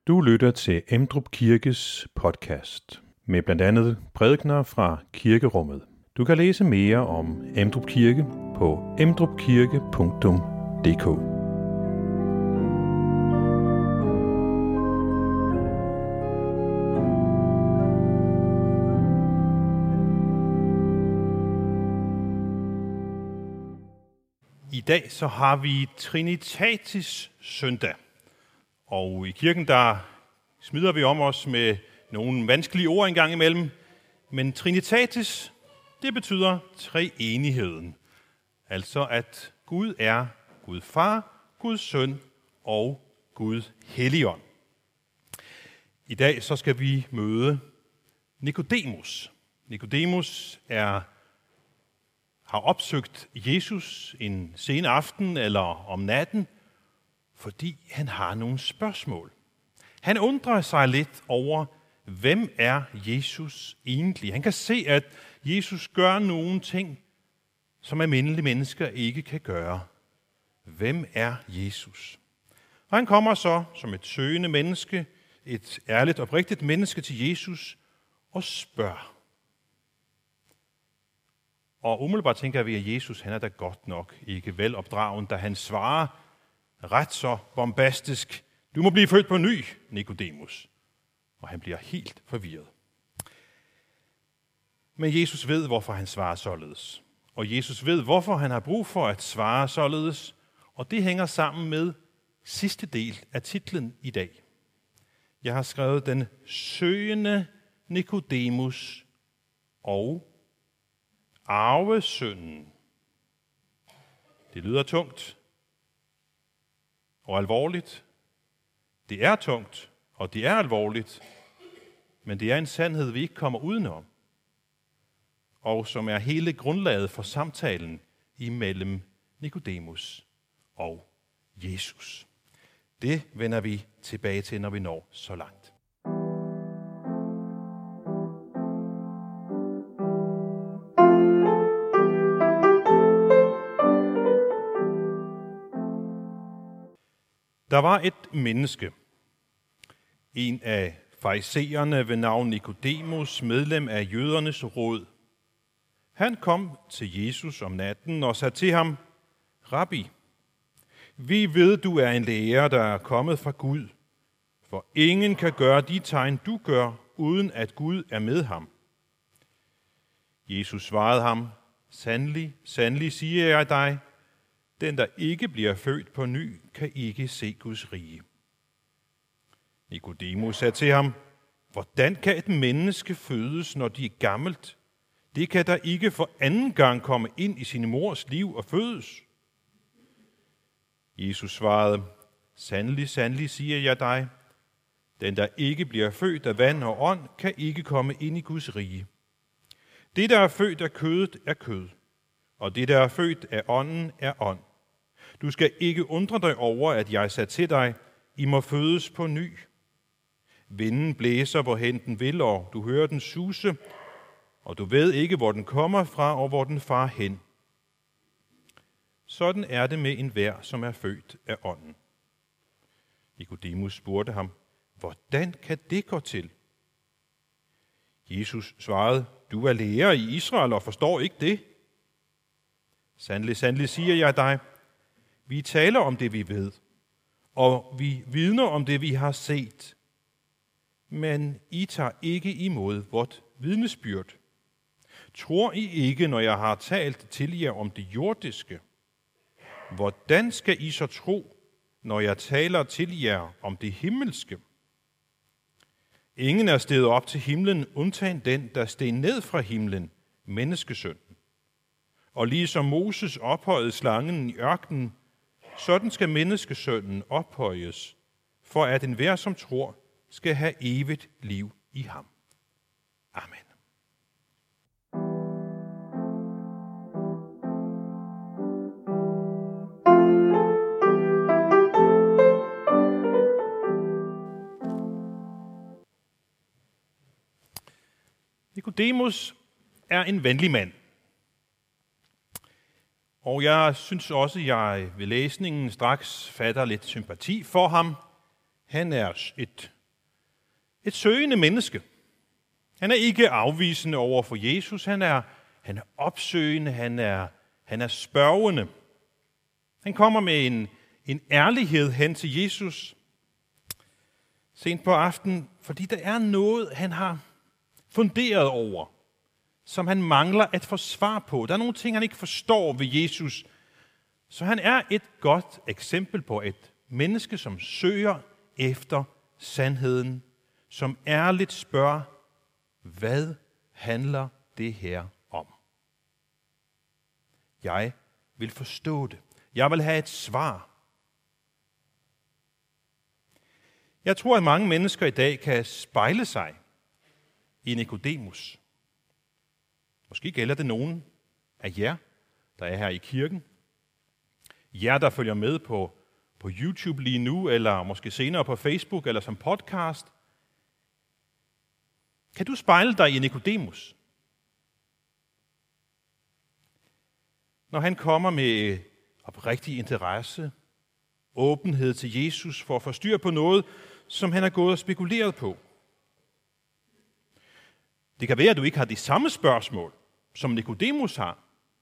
Du lytter til Emdrup Kirkes podcast med blandt andet prædikener fra kirkerummet. Du kan læse mere om Emdrup Kirke på emdrupkirke.dk. I dag så har vi Trinitatis søndag. Og i kirken, der smider vi om os med nogle vanskelige ord engang imellem. Men Trinitatis, det betyder treenigheden. Altså at Gud er Gud Far, Gud Søn og Gud Helligånd. I dag så skal vi møde Nikodemus. Nikodemus har opsøgt Jesus en sen aften eller om natten, fordi han har nogle spørgsmål. Han undrer sig lidt over, hvem er Jesus egentlig? Han kan se, at Jesus gør nogle ting, som almindelige mennesker ikke kan gøre. Hvem er Jesus? Og han kommer så som et søgende menneske, et ærligt og oprigtigt menneske til Jesus og spørger. Og umiddelbart tænker vi, at Jesus han er da godt nok ikke velopdragen, da han svarer ret så bombastisk: du må blive født på ny, Nikodemus. Og han bliver helt forvirret. Men Jesus ved, hvorfor han svarer således. Og Jesus ved, hvorfor han har brug for at svare således. Og det hænger sammen med sidste del af titlen i dag. Jeg har skrevet den søgende Nikodemus og arvesønnen. Det lyder tungt og alvorligt. Det er tungt, og det er alvorligt, men det er en sandhed, vi ikke kommer udenom, og som er hele grundlaget for samtalen imellem Nikodemus og Jesus. Det vender vi tilbage til, når vi når så langt. Der var et menneske, en af fariseerne ved navn Nikodemus, medlem af jødernes råd. Han kom til Jesus om natten og sagde til ham: Rabbi, vi ved, du er en lærer, der er kommet fra Gud, for ingen kan gøre de tegn, du gør, uden at Gud er med ham. Jesus svarede ham: Sandelig, sandelig siger jeg dig, den, der ikke bliver født på ny, kan ikke se Guds rige. Nikodemus sagde til ham: Hvordan kan et menneske fødes, når de er gammelt? Det kan der ikke for anden gang komme ind i sin mors liv og fødes. Jesus svarede: Sandelig, sandelig siger jeg dig, den, der ikke bliver født af vand og ånd, kan ikke komme ind i Guds rige. Det, der er født af kødet, er kød, og det, der er født af ånden, er ånd. Du skal ikke undre dig over, at jeg sagde til dig, I må fødes på ny. Vinden blæser, hvorhen den vil, og du hører den suse, og du ved ikke, hvor den kommer fra, og hvor den farer hen. Sådan er det med enhver, som er født af ånden. Nikodemus spurgte ham: Hvordan kan det gå til? Jesus svarede: Du er lærer i Israel og forstår ikke det. Sandelig, sandelig siger jeg dig, vi taler om det, vi ved, og vi vidner om det, vi har set. Men I tager ikke imod vort vidnesbyrd. Tror I ikke, når jeg har talt til jer om det jordiske? Hvordan skal I så tro, når jeg taler til jer om det himmelske? Ingen er steget op til himlen, undtagen den, der steg ned fra himlen, menneskesønnen. Og ligesom Moses ophøjede slangen i ørkenen, sådan skal menneskesønnen ophøjes, for at enhver, som tror, skal have evigt liv i ham. Amen. Nikodemus er en venlig mand. Og jeg synes også, at jeg ved læsningen straks fatter lidt sympati for ham. Han er et søgende menneske. Han er ikke afvisende over for Jesus. Han er opsøgende. Han er spørgende. Han kommer med en ærlighed hen til Jesus sent på aftenen, fordi der er noget, han har funderet over, som han mangler at få svar på. Der er nogle ting, han ikke forstår ved Jesus. Så han er et godt eksempel på et menneske, som søger efter sandheden, som ærligt spørger, hvad handler det her om? Jeg vil forstå det. Jeg vil have et svar. Jeg tror, at mange mennesker i dag kan spejle sig i Nikodemus. Måske gælder det nogen af jer, der er her i kirken. Jer, der følger med på YouTube lige nu, eller måske senere på Facebook, eller som podcast. Kan du spejle dig i Nikodemus? Når han kommer med oprigtig interesse, åbenhed til Jesus for at få styr på noget, som han har gået og spekuleret på. Det kan være, at du ikke har de samme spørgsmål, som Nikodemus har.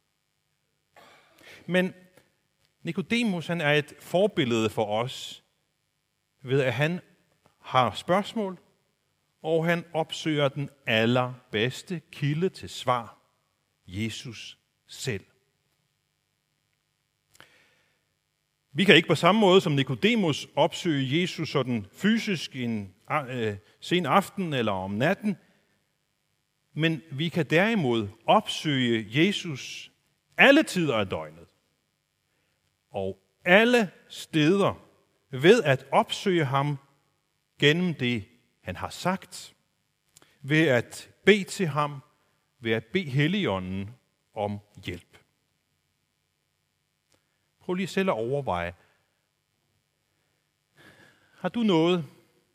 Men Nikodemus, han er et forbillede for os, ved at han har spørgsmål, og han opsøger den allerbedste kilde til svar, Jesus selv. Vi kan ikke på samme måde som Nikodemus opsøge Jesus sådan fysisk en sen aften eller om natten, men vi kan derimod opsøge Jesus alle tider af døgnet og alle steder ved at opsøge ham gennem det, han har sagt, ved at bede til ham, ved at bede Helligånden om hjælp. Prøv lige selv at overveje. Har du noget,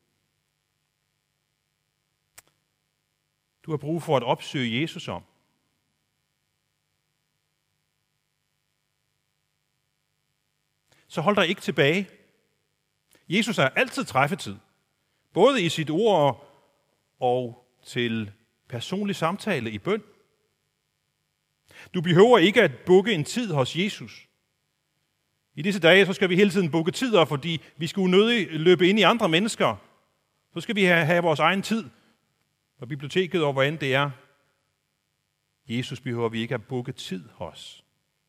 du har brug for at opsøge Jesus om? Så hold dig ikke tilbage. Jesus har altid træffetid, både i sit ord og til personlig samtale i bøn. Du behøver ikke at booke en tid hos Jesus. I disse dage så skal vi hele tiden booke tider, fordi vi skal unødigt løbe ind i andre mennesker. Så skal vi have vores egen tid på biblioteket og hvor end det er. Jesus behøver vi ikke at booke tid hos.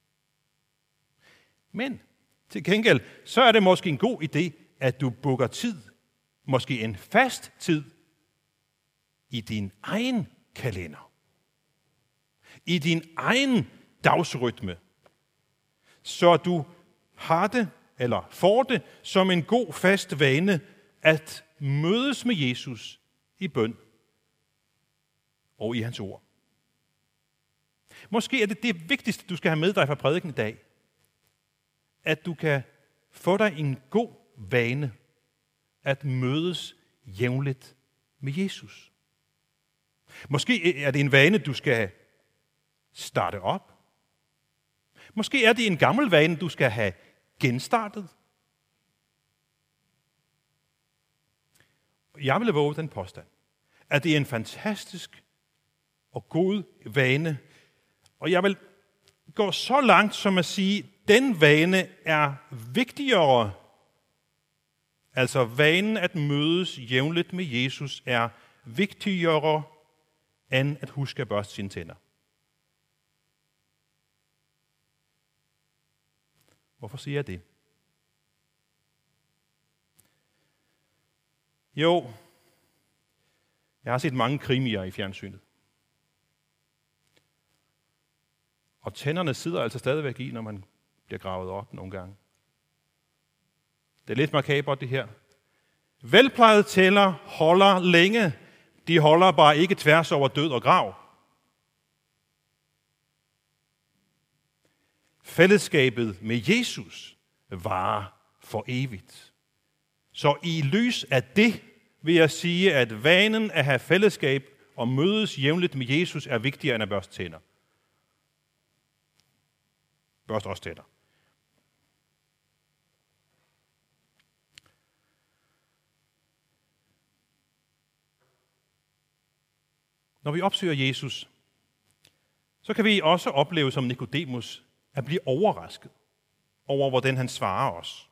Men til gengæld, så er det måske en god idé, at du booker tid, måske en fast tid, i din egen kalender. I din egen dagsrytme. Så du har det, eller får det, som en god fast vane, at mødes med Jesus i bøn og i hans ord. Måske er det vigtigste, du skal have med dig fra prædiken i dag, at du kan få dig en god vane at mødes jævnligt med Jesus. Måske er det en vane, du skal starte op. Måske er det en gammel vane, du skal have genstartet. Jeg vil våge den påstand, at det er en fantastisk og god vane. Og jeg vil gå så langt som at sige, at den vane er vigtigere. Altså vanen at mødes jævnligt med Jesus er vigtigere end at huske at børste sine tænder. Hvorfor siger jeg det? Jo, jeg har set mange krimier i fjernsynet. Og tænderne sidder altså stadigvæk i, når man bliver gravet op nogle gange. Det er lidt makabert det her. Velplejede tænder holder længe. De holder bare ikke tværs over død og grav. Fællesskabet med Jesus varer for evigt. Så i lys af det vil jeg sige, at vanen at have fællesskab og mødes jævnligt med Jesus er vigtigere end at børste tænder. Børste også tænder. Når vi opsøger Jesus, så kan vi også opleve som Nikodemus at blive overrasket over, hvordan han svarer os.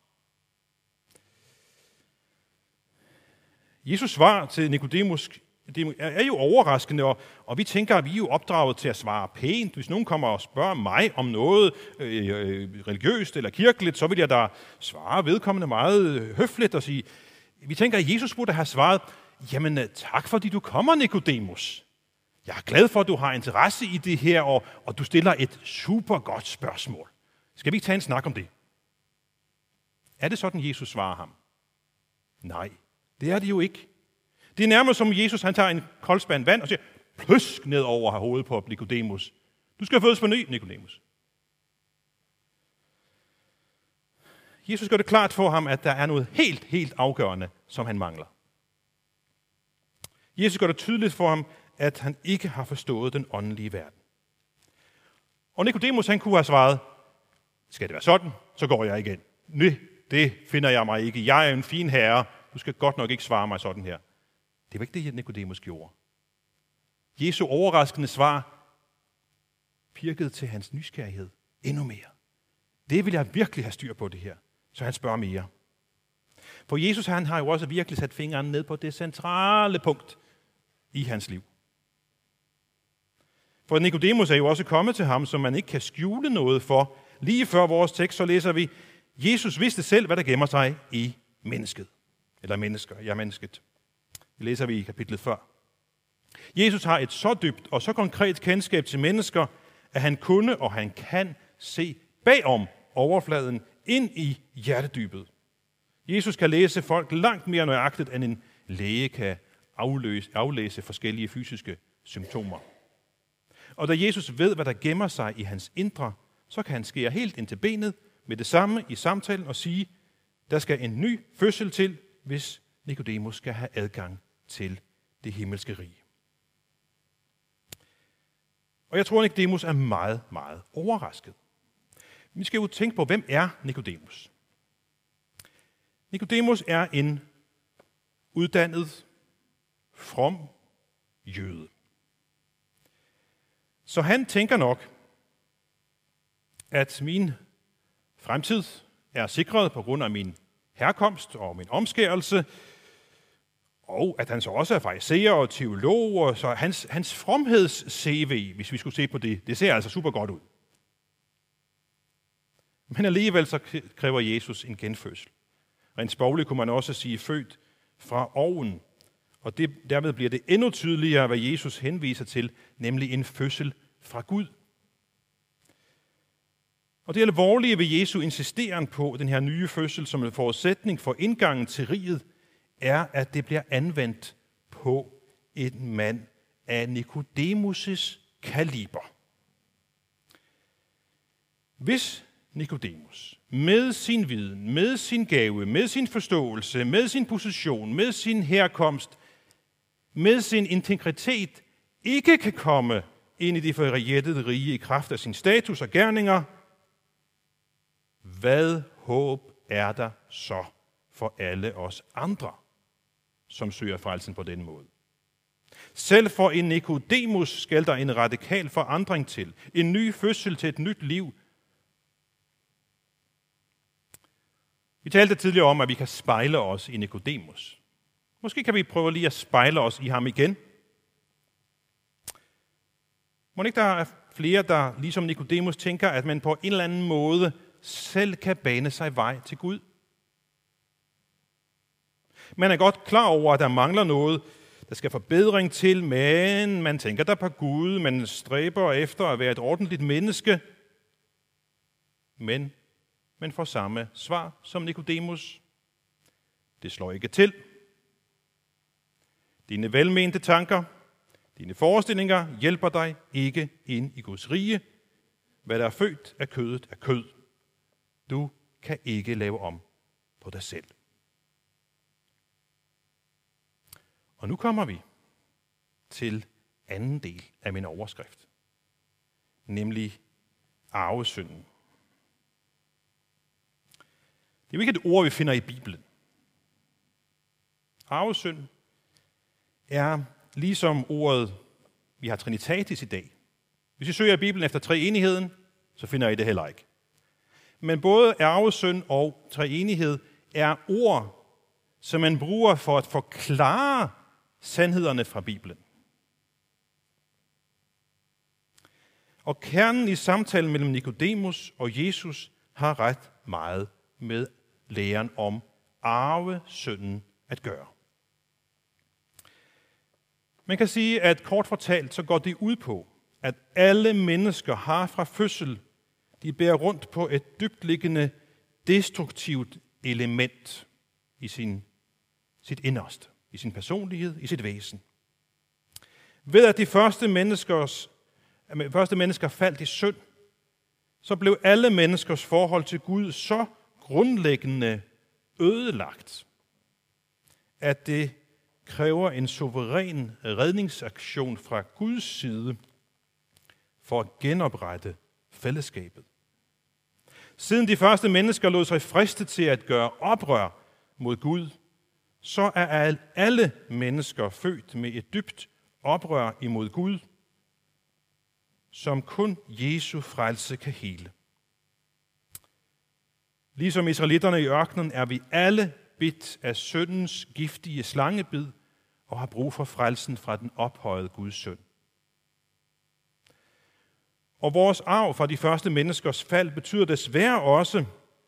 Jesus svar til Nikodemus er jo overraskende, og vi tænker, at vi er jo opdraget til at svare pænt. Hvis nogen kommer og spørger mig om noget religiøst eller kirkeligt, så vil jeg da svare vedkommende meget høfligt og sige, vi tænker, at Jesus burde have svaret, jamen tak fordi du kommer, Nikodemus. Jeg er glad for, at du har interesse i det her, og du stiller et super godt spørgsmål. Skal vi ikke tage en snak om det? Er det sådan, Jesus svarer ham? Nej, det er det jo ikke. Det er nærmest som Jesus, han tager en koldspand vand og siger, pløsk ned over hovedet på Nikodemus. Du skal fødes på ny, Nikodemus. Jesus gør det klart for ham, at der er noget helt afgørende, som han mangler. Jesus gør det tydeligt for ham, at han ikke har forstået den åndelige verden. Og Nikodemus, han kunne have svaret, skal det være sådan, så går jeg igen. Nej, det finder jeg mig ikke. Jeg er en fin herre. Du skal godt nok ikke svare mig sådan her. Det var ikke det, Nikodemus gjorde. Jesu overraskende svar pirkede til hans nysgerrighed endnu mere. Det vil jeg virkelig have styr på det her, så han spørger mere. For Jesus, han har jo også virkelig sat fingeren ned på det centrale punkt i hans liv. For Nikodemus er jo også kommet til ham, som man ikke kan skjule noget for. Lige før vores tekst, så læser vi, Jesus vidste selv, hvad der gemmer sig i mennesket. Eller mennesker, ja mennesket. Det læser vi i kapitlet før. Jesus har et så dybt og så konkret kendskab til mennesker, at han kunne og han kan se bagom overfladen ind i hjertedybet. Jesus kan læse folk langt mere nøjagtigt, end en læge kan aflæse forskellige fysiske symptomer. Og da Jesus ved, hvad der gemmer sig i hans indre, så kan han skære helt ind til benet med det samme i samtalen og sige, der skal en ny fødsel til, hvis Nikodemus skal have adgang til det himmelske rige. Og jeg tror, at Nikodemus er meget overrasket. Vi skal jo tænke på, hvem er Nikodemus? Nikodemus er en uddannet, from jøde. Så han tænker nok, at min fremtid er sikret på grund af min herkomst og min omskærelse, og at han så også er fariseer og teolog, og så hans fromheds-CV, hvis vi skulle se på det, det ser altså super godt ud. Men alligevel så kræver Jesus en genfødsel. Rent sprogligt kunne man også sige født fra oven. Og dermed bliver det endnu tydeligere, hvad Jesus henviser til, nemlig en fødsel fra Gud. Og det alvorlige ved Jesu insisteren på den her nye fødsel som en forudsætning for indgangen til riget, er, at det bliver anvendt på en mand af Nikodemus' kaliber. Hvis Nikodemus med sin viden, med sin gave, med sin forståelse, med sin position, med sin herkomst, med sin integritet ikke kan komme ind i det forjættede rige i kraft af sin status og gerninger, hvad håb er der så for alle os andre, som søger frelsen på den måde? Selv for en Nikodemus skal der en radikal forandring til, en ny fødsel til et nyt liv. Vi talte tidligere om, at vi kan spejle os i Nikodemus. Måske kan vi prøve lige at spejle os i ham igen. Må ikke der er flere, der ligesom Nikodemus tænker, at man på en eller anden måde selv kan bane sig vej til Gud? Man er godt klar over, at der mangler noget, der skal forbedring til, men man tænker der på Gud, man stræber efter at være et ordentligt menneske, men man får samme svar som Nikodemus. Det slår ikke til. Dine velmente tanker, dine forestillinger hjælper dig ikke ind i Guds rige. Hvad der er født af kødet er kød. Du kan ikke lave om på dig selv. Og nu kommer vi til anden del af min overskrift, nemlig arvesynden. Det er jo ikke et ord, vi finder i Bibelen. Arvesynd er ligesom ordet vi har trinitatis i dag. Hvis I søger i Bibelen efter treenigheden, så finder I det heller ikke. Men både arvesynd og treenighed er ord, som man bruger for at forklare sandhederne fra Bibelen. Og kernen i samtalen mellem Nikodemus og Jesus har ret meget med læren om arvesynden at gøre. Man kan sige, at kort fortalt, så går det ud på, at alle mennesker har fra fødsel, de bærer rundt på et dybtliggende destruktivt element i sit inderste, i sin personlighed, i sit væsen. Ved at de første mennesker faldt i synd, så blev alle menneskers forhold til Gud så grundlæggende ødelagt, at det kræver en suveræn redningsaktion fra Guds side for at genoprette fællesskabet. Siden de første mennesker lod sig friste til at gøre oprør mod Gud, så er alle mennesker født med et dybt oprør imod Gud, som kun Jesu frelse kan hele. Ligesom israelitterne i ørkenen er vi alle bidt af syndens giftige slangebid og har brug for frelsen fra den ophøjede Guds søn. Og vores arv fra de første menneskers fald betyder desværre også,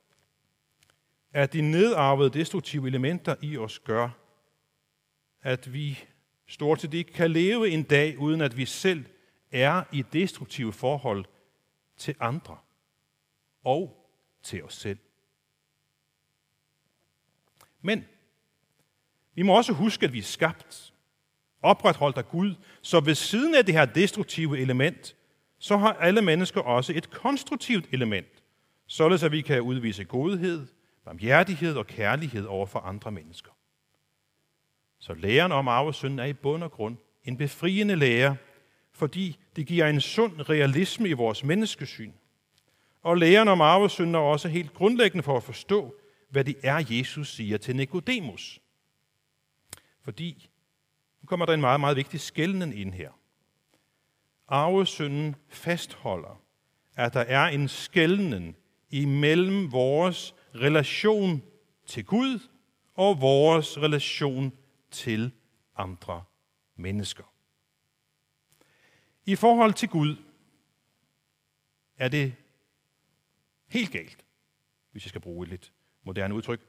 at de nedarvede destruktive elementer i os gør, at vi stort set ikke kan leve en dag, uden at vi selv er i destruktive forhold til andre og til os selv. Men vi må også huske, at vi er skabt, opretholdt af Gud, så ved siden af det her destruktive element, så har alle mennesker også et konstruktivt element, således at vi kan udvise godhed, barmhjertighed og kærlighed over for andre mennesker. Så læren om arvesynden er i bund og grund en befriende lære, fordi det giver en sund realisme i vores menneskesyn. Og læren om arvesynden er også helt grundlæggende for at forstå, hvad det er, Jesus siger til Nikodemus. Fordi nu kommer der en meget, meget vigtig skelnen ind her. Arvesynden fastholder, at der er en skelnen imellem vores relation til Gud og vores relation til andre mennesker. I forhold til Gud er det helt galt, hvis jeg skal bruge et lidt moderne udtryk.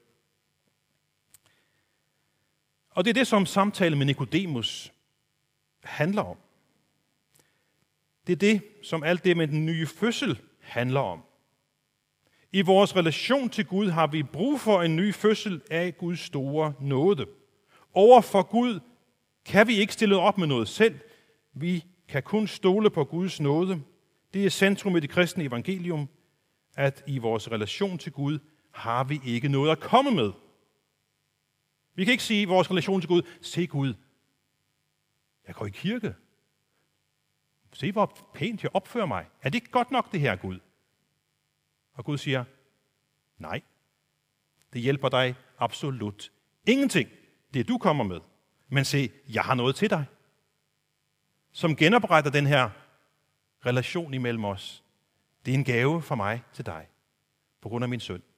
Og det er det, som samtalen med Nikodemus handler om. Det er det, som alt det med den nye fødsel handler om. I vores relation til Gud har vi brug for en ny fødsel af Guds store nåde. Over for Gud kan vi ikke stille op med noget selv. Vi kan kun stole på Guds nåde. Det er centrum i det kristne evangelium, at i vores relation til Gud har vi ikke noget at komme med. Vi kan ikke sige i vores relation til Gud, se Gud, jeg går i kirke. Se, hvor pænt jeg opfører mig. Er det ikke godt nok, det her, Gud? Og Gud siger, nej, det hjælper dig absolut ingenting, det du kommer med. Men se, jeg har noget til dig, som genopretter den her relation imellem os. Det er en gave fra mig til dig, på grund af min synd.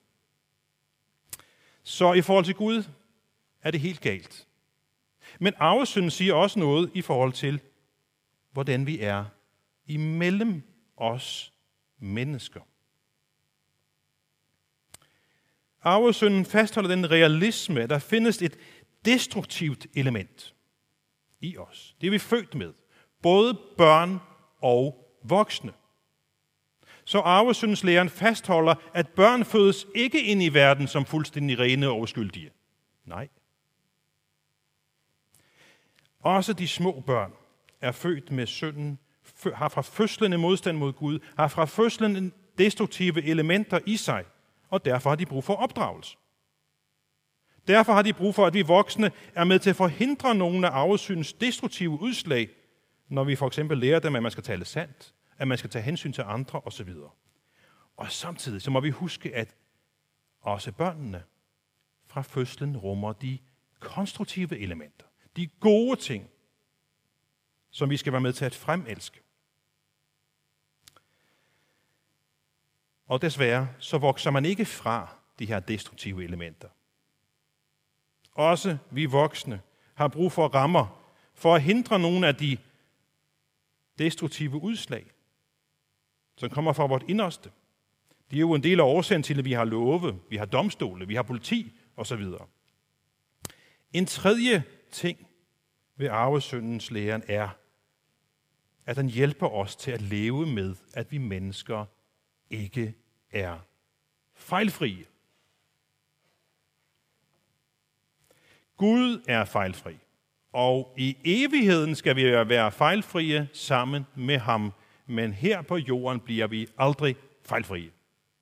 Så i forhold til Gud er det helt galt. Men arvesynden siger også noget i forhold til, hvordan vi er imellem os mennesker. Arvesynden fastholder den realisme, at der findes et destruktivt element i os. Det er vi født med. Både børn og voksne. Så arvesyndens læren fastholder, at børn fødes ikke ind i verden som fuldstændig rene og uskyldige. Nej. Også de små børn er født med synden, har fra fødslen en modstand mod Gud, har fra fødslen destruktive elementer i sig, og derfor har de brug for opdragelse. Derfor har de brug for, at vi voksne er med til at forhindre nogle af arvesyndens destruktive udslag, når vi for eksempel lærer dem, at man skal tale sandt, at man skal tage hensyn til andre osv. Og samtidig så må vi huske, at også børnene fra fødslen rummer de konstruktive elementer, de gode ting, som vi skal være med til at fremelske. Og desværre, så vokser man ikke fra de her destruktive elementer. Også vi voksne har brug for rammer for at hindre nogle af de destruktive udslag, som kommer fra vort inderste. De er jo en del af årsagen til, at vi har love, vi har domstole, vi har politi osv. En tredje ting ved arvesyndens læren er, at den hjælper os til at leve med, at vi mennesker ikke er fejlfrie. Gud er fejlfri, og i evigheden skal vi være fejlfrie sammen med ham, men her på jorden bliver vi aldrig fejlfrie.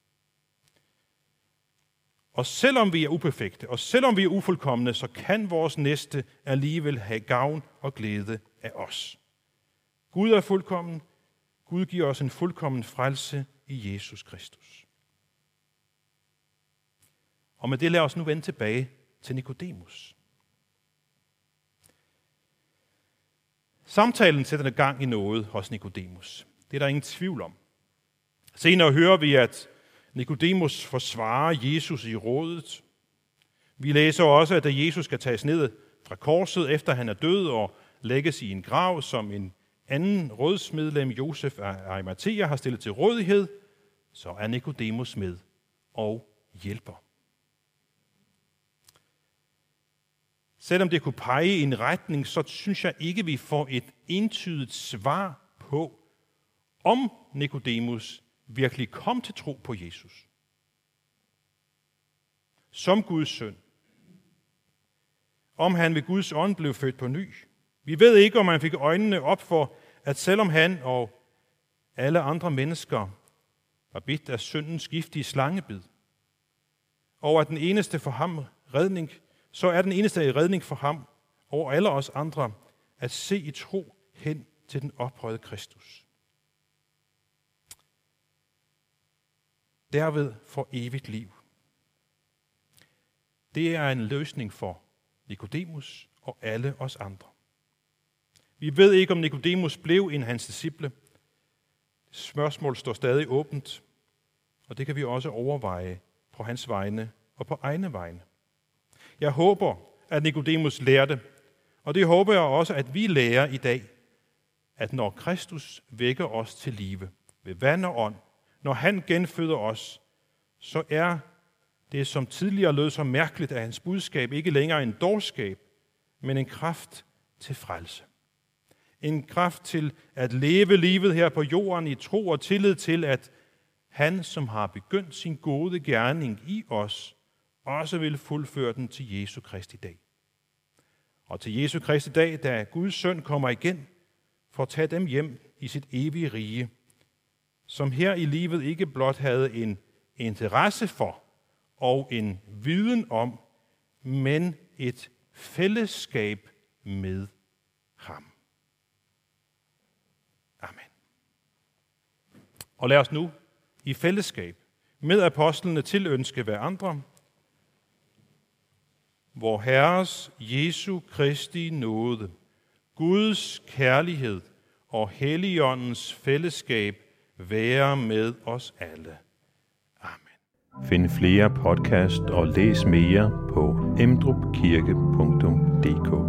Og selvom vi er uperfekte, og selvom vi er ufuldkomne, så kan vores næste alligevel have gavn og glæde af os. Gud er fuldkommen. Gud giver os en fuldkommen frelse i Jesus Kristus. Og med det lad os nu vende tilbage til Nikodemus. Samtalen sætter i gang i noget hos Nikodemus. Det er der ingen tvivl om. Senere hører vi, at Nikodemus forsvarer Jesus i rådet. Vi læser også, at da Jesus skal tages ned fra korset, efter han er død og lægges i en grav, som en anden rådsmedlem, Josef af Arimathea, har stillet til rådighed, så er Nikodemus med og hjælper. Selvom det kunne pege i en retning, så synes jeg ikke, vi får et entydigt svar på, om Nikodemus virkelig kom til tro på Jesus som Guds søn. Om han ved Guds ånd blev født på ny. Vi ved ikke, om han fik øjnene op for, at selvom han og alle andre mennesker var bidt af syndens giftige slangebid, og at den eneste for ham redning, så er den eneste redning for ham og alle os andre at se i tro hen til den ophøjede Kristus. Derved for evigt liv. Det er en løsning for Nikodemus og alle os andre. Vi ved ikke, om Nikodemus blev en af hans disciple. Spørgsmål står stadig åbent, og det kan vi også overveje på hans vegne og på egne vegne. Jeg håber, at Nikodemus lærte, og det håber jeg også, at vi lærer i dag, at når Kristus vækker os til live ved vand og ånd, når han genføder os, så er det, som tidligere lød så mærkeligt af hans budskab, ikke længere en dårskab, men en kraft til frelse. En kraft til at leve livet her på jorden i tro og tillid til, at han, som har begyndt sin gode gerning i os, også vil fuldføre den til Jesu Kristi dag. Og til Jesu Kristi dag, da Guds søn kommer igen, for at tage dem hjem i sit evige rige, som her i livet ikke blot havde en interesse for og en viden om, men et fællesskab med ham. Amen. Og lad os nu i fællesskab med apostlene tilønske hverandre, vor Herres Jesu Kristi nåde, Guds kærlighed og Helligåndens fællesskab være med os alle. Amen. Find flere podcast og læs mere på emdrupkirke.dk.